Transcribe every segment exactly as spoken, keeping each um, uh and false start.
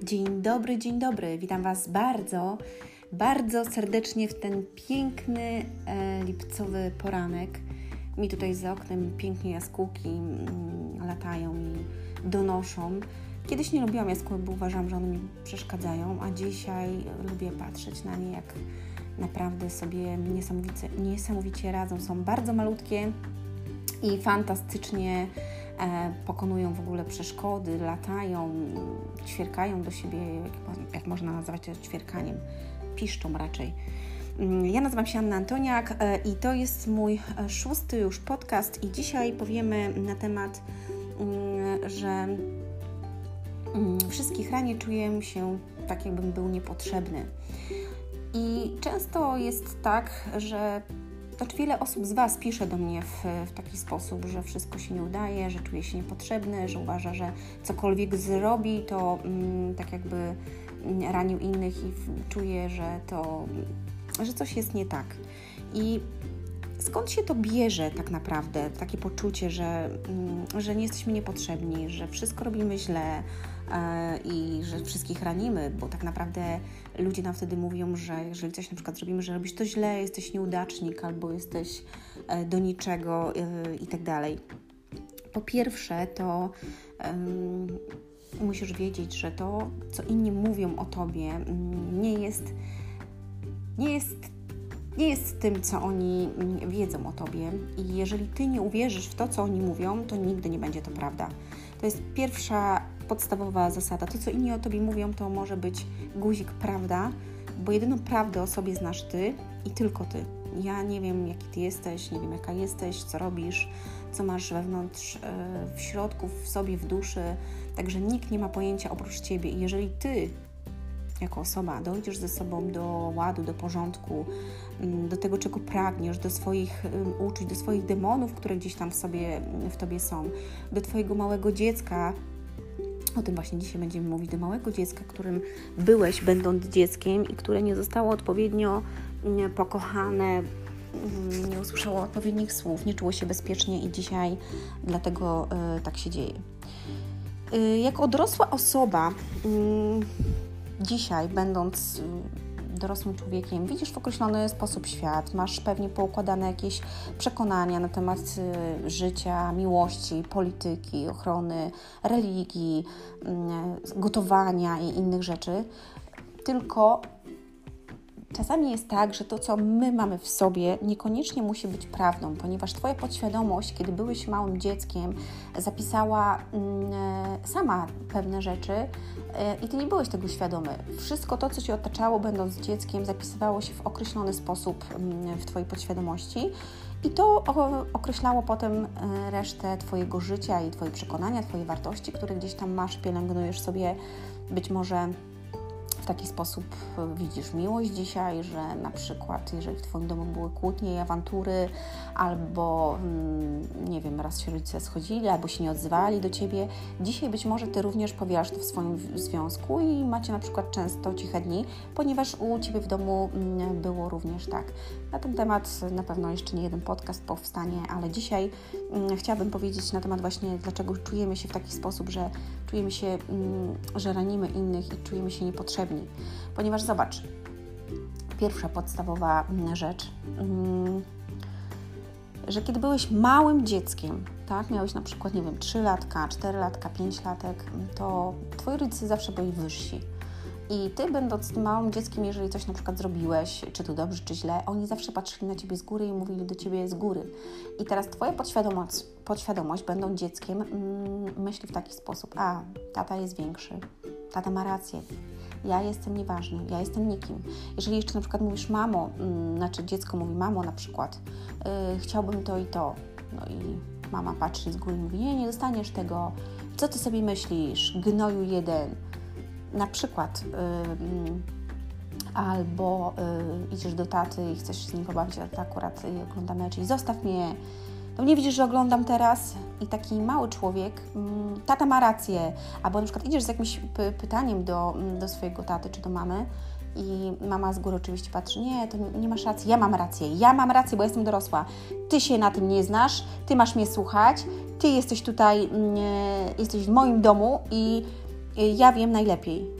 Dzień dobry, dzień dobry. Witam Was bardzo, bardzo serdecznie w ten piękny e, lipcowy poranek. Mi tutaj za oknem pięknie jaskółki mm, latają i donoszą. Kiedyś nie lubiłam jaskółek, bo uważam, że one mi przeszkadzają, a dzisiaj lubię patrzeć na nie, jak naprawdę sobie niesamowicie, niesamowicie radzą. Są bardzo malutkie i fantastycznie e, pokonują w ogóle przeszkody, latają, ćwierkają do siebie, jak, jak można nazwać to ćwierkaniem, piszczą raczej. Ja nazywam się Anna Antoniak e, i to jest mój szósty już podcast i dzisiaj powiemy na temat, mm, że mm, wszystkich ranie czuję się tak, jakbym był niepotrzebny. I często jest tak, że Choć wiele osób z Was pisze do mnie w, w taki sposób, że wszystko się nie udaje, że czuje się niepotrzebny, że uważa, że cokolwiek zrobi, to mm, tak jakby ranił innych i czuje, że to, że coś jest nie tak. I skąd się to bierze tak naprawdę, takie poczucie, że, mm, że nie jesteśmy niepotrzebni, że wszystko robimy źle e, i że wszystkich ranimy, bo tak naprawdę ludzie nam wtedy mówią, że jeżeli coś na przykład zrobimy, że robisz to źle, jesteś nieudacznik albo jesteś e, do niczego e, i tak dalej. Po pierwsze to um, musisz wiedzieć, że to, co inni mówią o Tobie, um, nie jest, nie jest nie jest tym, co oni wiedzą o Tobie i jeżeli Ty nie uwierzysz w to, co oni mówią, to nigdy nie będzie to prawda. To jest pierwsza podstawowa zasada. To, co inni o Tobie mówią, to może być guzik prawda, bo jedyną prawdę o sobie znasz Ty i tylko Ty. Ja nie wiem, jaki Ty jesteś, nie wiem, jaka jesteś, co robisz, co masz wewnątrz, w środku, w sobie, w duszy, także nikt nie ma pojęcia oprócz Ciebie i jeżeli Ty jako osoba dojdziesz ze sobą do ładu, do porządku, do tego, czego pragniesz, do swoich uczuć, do swoich demonów, które gdzieś tam w sobie, w Tobie są, do Twojego małego dziecka, o tym właśnie dzisiaj będziemy mówić, do małego dziecka, którym byłeś, będąc dzieckiem i które nie zostało odpowiednio pokochane, nie usłyszało odpowiednich słów, nie czuło się bezpiecznie i dzisiaj dlatego y, tak się dzieje. Y, jako dorosła osoba, y, dzisiaj, będąc dorosłym człowiekiem, widzisz w określony sposób świat, masz pewnie poukładane jakieś przekonania na temat życia, miłości, polityki, ochrony, religii, gotowania i innych rzeczy, tylko czasami jest tak, że to, co my mamy w sobie, niekoniecznie musi być prawdą, ponieważ Twoja podświadomość, kiedy byłeś małym dzieckiem, zapisała mm, sama pewne rzeczy yy, i Ty nie byłeś tego świadomy. Wszystko to, co Cię otaczało, będąc dzieckiem, zapisywało się w określony sposób yy, w Twojej podświadomości i to o, określało potem yy, resztę Twojego życia i Twoje przekonania, Twoje wartości, które gdzieś tam masz, pielęgnujesz sobie być może w taki sposób widzisz miłość dzisiaj, że na przykład jeżeli w Twoim domu były kłótnie i awantury albo nie wiem, raz się rodzice schodzili albo się nie odzywali do Ciebie, dzisiaj być może Ty również powielasz to w swoim związku i macie na przykład często ciche dni, ponieważ u Ciebie w domu było również tak. Na ten temat na pewno jeszcze nie jeden podcast powstanie, ale dzisiaj chciałabym powiedzieć na temat właśnie dlaczego czujemy się w taki sposób, że czujemy się, że ranimy innych i czujemy się niepotrzebni. Ponieważ zobacz, pierwsza podstawowa rzecz, że kiedy byłeś małym dzieckiem, tak, miałeś na przykład, nie wiem, trzy latka, cztery latka, pięć latek, to Twoi rodzice zawsze byli wyżsi. I Ty, będąc małym dzieckiem, jeżeli coś na przykład zrobiłeś, czy to dobrze, czy źle, oni zawsze patrzyli na Ciebie z góry i mówili do Ciebie z góry. I teraz Twoja podświadomość, podświadomość będąc dzieckiem, mm, myśli w taki sposób, a, tata jest większy, tata ma rację, ja jestem nieważny, ja jestem nikim. Jeżeli jeszcze na przykład mówisz mamo, mm, znaczy dziecko mówi mamo na przykład, yy, chciałbym to i to, no i mama patrzy z góry i mówi, nie, nie dostaniesz tego, co Ty sobie myślisz, gnoju jeden. Na przykład yy, albo yy, idziesz do taty i chcesz się z nim pobawić, a tata akurat yy, ogląda mecz i zostaw mnie, no nie widzisz, że oglądam teraz i taki mały człowiek, yy, tata ma rację, albo na przykład idziesz z jakimś p- pytaniem do, do swojego taty czy do mamy i mama z góry oczywiście patrzy, nie, to nie, nie masz racji, ja mam rację, ja mam rację, bo jestem dorosła, Ty się na tym nie znasz, Ty masz mnie słuchać, Ty jesteś tutaj, yy, jesteś w moim domu i ja wiem najlepiej.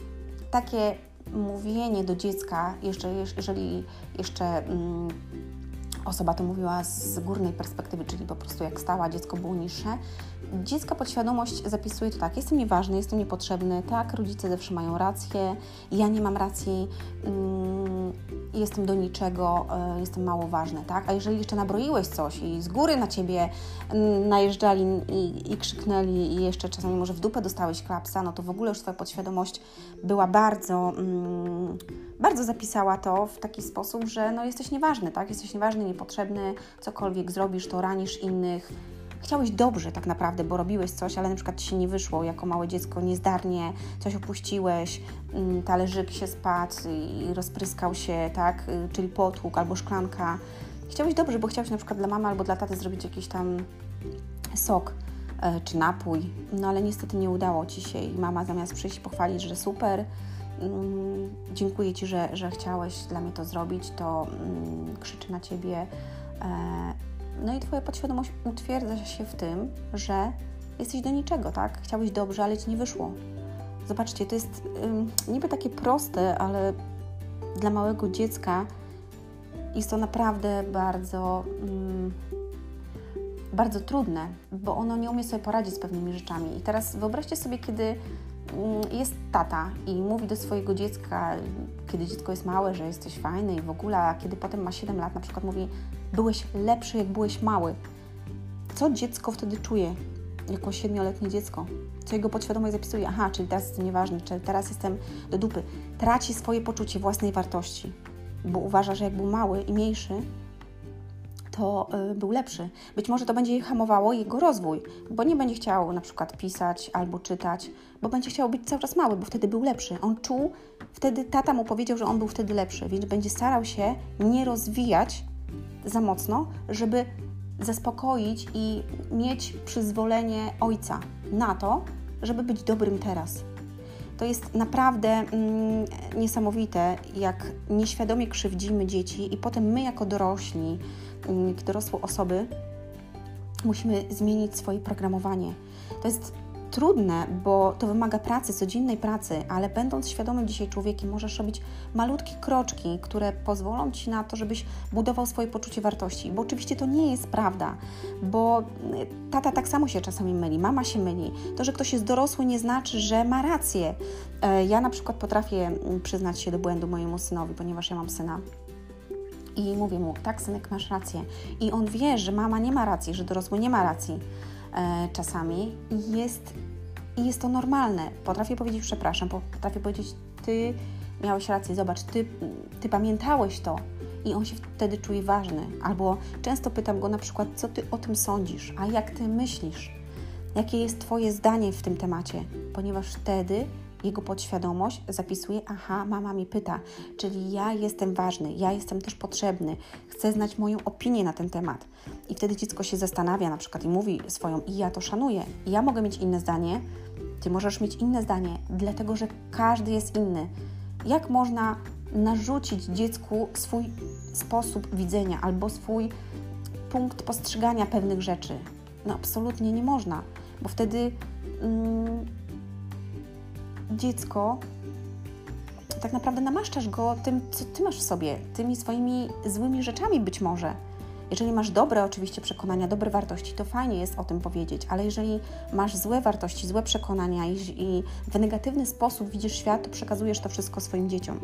takie mówienie do dziecka, jeszcze, jeżeli jeszcze mm, osoba to mówiła z górnej perspektywy, czyli po prostu jak stała, dziecko było niższe, dziecka podświadomość zapisuje to tak: jestem nieważny, jestem niepotrzebny, tak, rodzice zawsze mają rację, ja nie mam racji, mm, jestem do niczego, y, jestem mało ważny, tak? A jeżeli jeszcze nabroiłeś coś i z góry na Ciebie y, najeżdżali i, i krzyknęli i jeszcze czasami może w dupę dostałeś klapsa, no to w ogóle już Twoja podświadomość była bardzo, mm, bardzo zapisała to w taki sposób, że no jesteś nieważny, tak? Jesteś nieważny, niepotrzebny, cokolwiek zrobisz, to ranisz innych. Chciałeś dobrze tak naprawdę, bo robiłeś coś, ale na przykład Ci się nie wyszło jako małe dziecko, niezdarnie, coś opuściłeś, talerzyk się spadł i rozpryskał się, tak, czyli potłuk albo szklanka. Chciałeś dobrze, bo chciałeś na przykład dla mamy albo dla taty zrobić jakiś tam sok czy napój, no ale niestety nie udało Ci się i mama zamiast przyjść i pochwalić, że super, dziękuję Ci, że, że chciałeś dla mnie to zrobić, to krzyczy na Ciebie. No i Twoja podświadomość utwierdza się w tym, że jesteś do niczego, tak? Chciałeś dobrze, ale Ci nie wyszło. Zobaczcie, to jest ym, niby takie proste, ale dla małego dziecka jest to naprawdę bardzo, ym, bardzo trudne, bo ono nie umie sobie poradzić z pewnymi rzeczami. I teraz wyobraźcie sobie, kiedy ym, jest tata i mówi do swojego dziecka, kiedy dziecko jest małe, że jesteś fajny i w ogóle, a kiedy potem ma siedem lat, na przykład mówi: byłeś lepszy, jak byłeś mały. Co dziecko wtedy czuje, jako siedmioletnie dziecko? Co jego podświadomość zapisuje? Aha, czyli teraz jestem nieważny, czyli teraz jestem do dupy. Traci swoje poczucie własnej wartości, bo uważa, że jak był mały i mniejszy, to y, był lepszy. Być może to będzie hamowało jego rozwój, bo nie będzie chciał na przykład pisać albo czytać, bo będzie chciał być cały czas mały, bo wtedy był lepszy. On czuł, wtedy tata mu powiedział, że on był wtedy lepszy, więc będzie starał się nie rozwijać za mocno, żeby zaspokoić i mieć przyzwolenie ojca na to, żeby być dobrym teraz. To jest naprawdę mm, niesamowite, jak nieświadomie krzywdzimy dzieci i potem my jako dorośli, mm, dorosłe osoby musimy zmienić swoje programowanie. To jest trudne, bo to wymaga pracy, codziennej pracy, ale będąc świadomym dzisiaj człowiekiem, możesz robić malutkie kroczki, które pozwolą Ci na to, żebyś budował swoje poczucie wartości. Bo oczywiście to nie jest prawda, bo tata tak samo się czasami myli, mama się myli. To, że ktoś jest dorosły, nie znaczy, że ma rację. Ja na przykład potrafię przyznać się do błędu mojemu synowi, ponieważ ja mam syna. I mówię mu: tak, synek, masz rację. I on wie, że mama nie ma racji, że dorosły nie ma racji. Czasami i jest, i jest to normalne. Potrafię powiedzieć przepraszam, potrafię powiedzieć: ty miałeś rację, zobacz, ty, ty pamiętałeś to i on się wtedy czuje ważny. Albo często pytam go na przykład: co ty o tym sądzisz, a jak ty myślisz? Jakie jest twoje zdanie w tym temacie? Ponieważ wtedy jego podświadomość zapisuje: aha, mama mi pyta, czyli ja jestem ważny, ja jestem też potrzebny, chcę znać moją opinię na ten temat. I wtedy dziecko się zastanawia na przykład i mówi swoją: i ja to szanuję, ja mogę mieć inne zdanie, ty możesz mieć inne zdanie, dlatego że każdy jest inny. Jak można narzucić dziecku swój sposób widzenia albo swój punkt postrzegania pewnych rzeczy? No absolutnie nie można, bo wtedy mm, dziecko, tak naprawdę namaszczasz go tym, co ty masz w sobie, tymi swoimi złymi rzeczami być może. Jeżeli masz dobre oczywiście przekonania, dobre wartości, to fajnie jest o tym powiedzieć, ale jeżeli masz złe wartości, złe przekonania i, i w negatywny sposób widzisz świat, to przekazujesz to wszystko swoim dzieciom.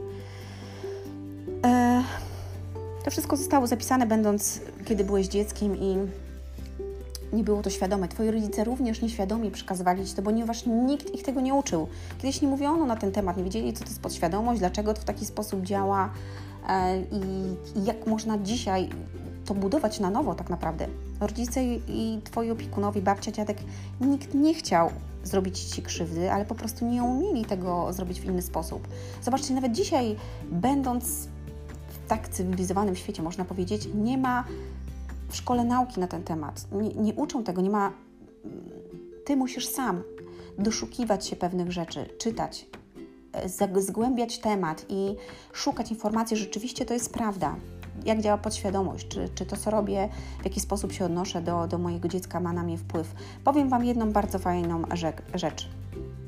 E, to wszystko zostało zapisane, będąc, kiedy byłeś dzieckiem i nie było to świadome. Twoi rodzice również nieświadomie przekazywali Ci to, ponieważ nikt ich tego nie uczył. Kiedyś nie mówiono na ten temat, nie wiedzieli, co to jest podświadomość, dlaczego to w taki sposób działa e, i, i jak można dzisiaj to budować na nowo tak naprawdę. Rodzice i, i Twoi opiekunowie, babcia, dziadek, nikt nie chciał zrobić Ci krzywdy, ale po prostu nie umieli tego zrobić w inny sposób. Zobaczcie, nawet dzisiaj, będąc w tak cywilizowanym świecie, można powiedzieć, nie ma w szkole nauki na ten temat. Nie, nie uczą tego, nie ma... Ty musisz sam doszukiwać się pewnych rzeczy, czytać, zgłębiać temat i szukać informacji, że rzeczywiście to jest prawda. Jak działa podświadomość, czy, czy to, co robię, w jaki sposób się odnoszę do, do mojego dziecka, ma na mnie wpływ. Powiem Wam jedną bardzo fajną rzecz.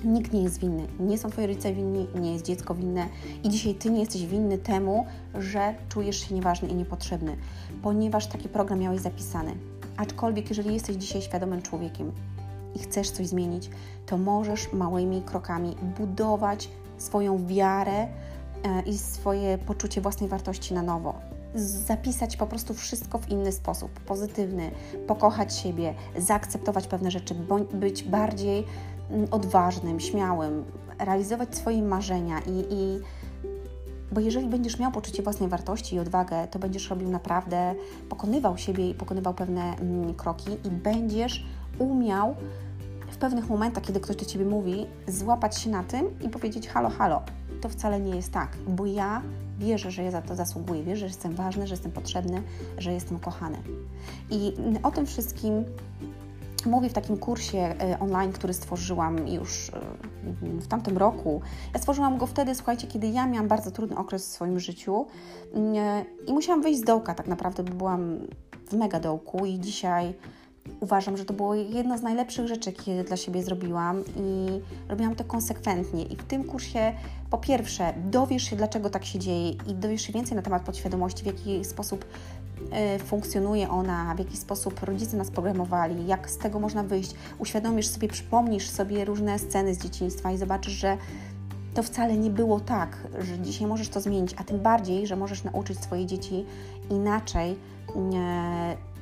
Nikt nie jest winny. Nie są Twoi rodzice winni, nie jest dziecko winne i dzisiaj Ty nie jesteś winny temu, że czujesz się nieważny i niepotrzebny, ponieważ taki program miałeś zapisany. Aczkolwiek, jeżeli jesteś dzisiaj świadomym człowiekiem i chcesz coś zmienić, to możesz małymi krokami budować swoją wiarę i swoje poczucie własnej wartości na nowo. Zapisać po prostu wszystko w inny sposób, pozytywny, pokochać siebie, zaakceptować pewne rzeczy, być bardziej odważnym, śmiałym, realizować swoje marzenia i, i bo jeżeli będziesz miał poczucie własnej wartości i odwagę, to będziesz robił naprawdę, pokonywał siebie i pokonywał pewne mm, kroki i będziesz umiał w pewnych momentach, kiedy ktoś do Ciebie mówi, złapać się na tym i powiedzieć halo, halo, to wcale nie jest tak, bo ja wierzę, że ja za to zasługuję, wierzę, że jestem ważny, że jestem potrzebny, że jestem kochany. I o tym wszystkim mówię w takim kursie online, który stworzyłam już w tamtym roku. Ja stworzyłam go wtedy, słuchajcie, kiedy ja miałam bardzo trudny okres w swoim życiu i musiałam wyjść z dołka tak naprawdę, bo byłam w mega dołku i dzisiaj uważam, że to było jedna z najlepszych rzeczy, jakie dla siebie zrobiłam i robiłam to konsekwentnie. I w tym kursie po pierwsze dowiesz się, dlaczego tak się dzieje i dowiesz się więcej na temat podświadomości, w jaki sposób y, funkcjonuje ona, w jaki sposób rodzice nas programowali, jak z tego można wyjść. Uświadomisz sobie, przypomnisz sobie różne sceny z dzieciństwa i zobaczysz, że to wcale nie było tak, że dzisiaj możesz to zmienić, a tym bardziej, że możesz nauczyć swoje dzieci inaczej y,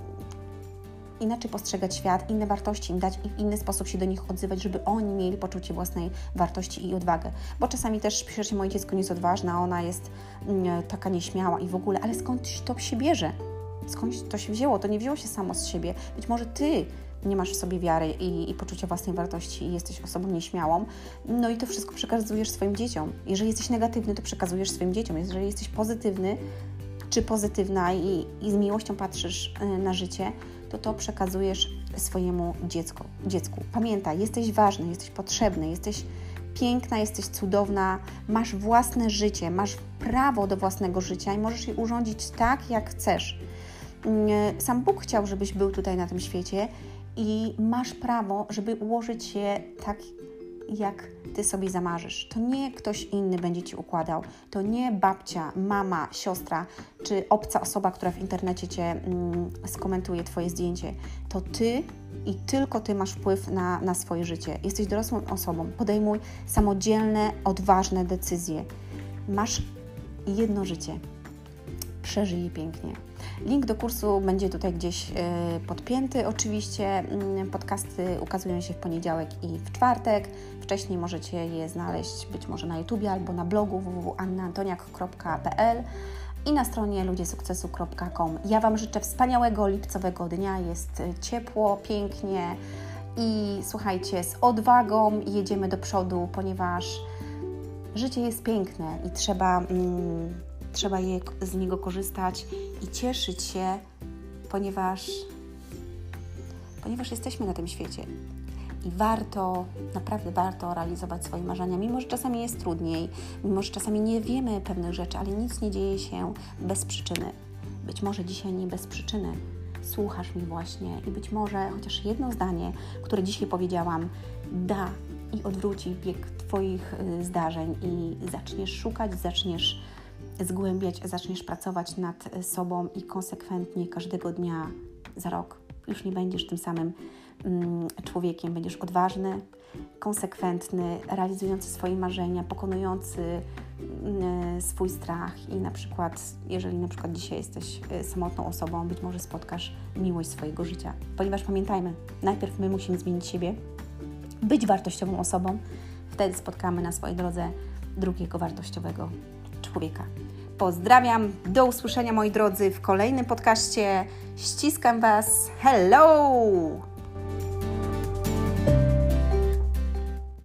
inaczej postrzegać świat, inne wartości im dać i w inny sposób się do nich odzywać, żeby oni mieli poczucie własnej wartości i odwagę. Bo czasami też piszesz, że moje dziecko nie jest odważne, ona jest mm, taka nieśmiała i w ogóle, ale skąd to się bierze? Skąd to się wzięło? To nie wzięło się samo z siebie. Być może Ty nie masz w sobie wiary i, i poczucia własnej wartości i jesteś osobą nieśmiałą, no i to wszystko przekazujesz swoim dzieciom. Jeżeli jesteś negatywny, to przekazujesz swoim dzieciom. Jeżeli jesteś pozytywny czy pozytywna i, i z miłością patrzysz na życie, to to przekazujesz swojemu dziecku. dziecku. Pamiętaj, jesteś ważny, jesteś potrzebny, jesteś piękna, jesteś cudowna, masz własne życie, masz prawo do własnego życia i możesz je urządzić tak, jak chcesz. Sam Bóg chciał, żebyś był tutaj na tym świecie i masz prawo, żeby ułożyć je tak, jak Ty sobie zamarzysz. To nie ktoś inny będzie Ci układał. To nie babcia, mama, siostra czy obca osoba, która w internecie Cię mm, skomentuje Twoje zdjęcie. To Ty i tylko Ty masz wpływ na, na swoje życie. Jesteś dorosłą osobą. Podejmuj samodzielne, odważne decyzje. Masz jedno życie. Przeżyj je pięknie. Link do kursu będzie tutaj gdzieś y, podpięty. Oczywiście y, podcasty ukazują się w poniedziałek i w czwartek. Wcześniej możecie je znaleźć być może na YouTubie albo na blogu w w w kropka anna antoniak kropka p l i na stronie ludzie sukcesu kropka com. Ja Wam życzę wspaniałego lipcowego dnia. Jest ciepło, pięknie i słuchajcie, z odwagą jedziemy do przodu, ponieważ życie jest piękne i trzeba... Mm, Trzeba je, z niego korzystać i cieszyć się, ponieważ, ponieważ jesteśmy na tym świecie. I warto, naprawdę warto realizować swoje marzenia, mimo że czasami jest trudniej, mimo że czasami nie wiemy pewnych rzeczy, ale nic nie dzieje się bez przyczyny. Być może dzisiaj nie bez przyczyny. Słuchasz mnie właśnie i być może chociaż jedno zdanie, które dzisiaj powiedziałam, da i odwróci bieg Twoich zdarzeń i zaczniesz szukać, zaczniesz zgłębiać, zaczniesz pracować nad sobą i konsekwentnie każdego dnia za rok już nie będziesz tym samym mm, człowiekiem, będziesz odważny, konsekwentny, realizujący swoje marzenia, pokonujący y, swój strach i na przykład, jeżeli na przykład dzisiaj jesteś y, samotną osobą, być może spotkasz miłość swojego życia. Ponieważ pamiętajmy, najpierw my musimy zmienić siebie, być wartościową osobą, wtedy spotkamy na swojej drodze drugiego wartościowego człowieka. Pozdrawiam, do usłyszenia moi drodzy w kolejnym podcaście. Ściskam Was, hello!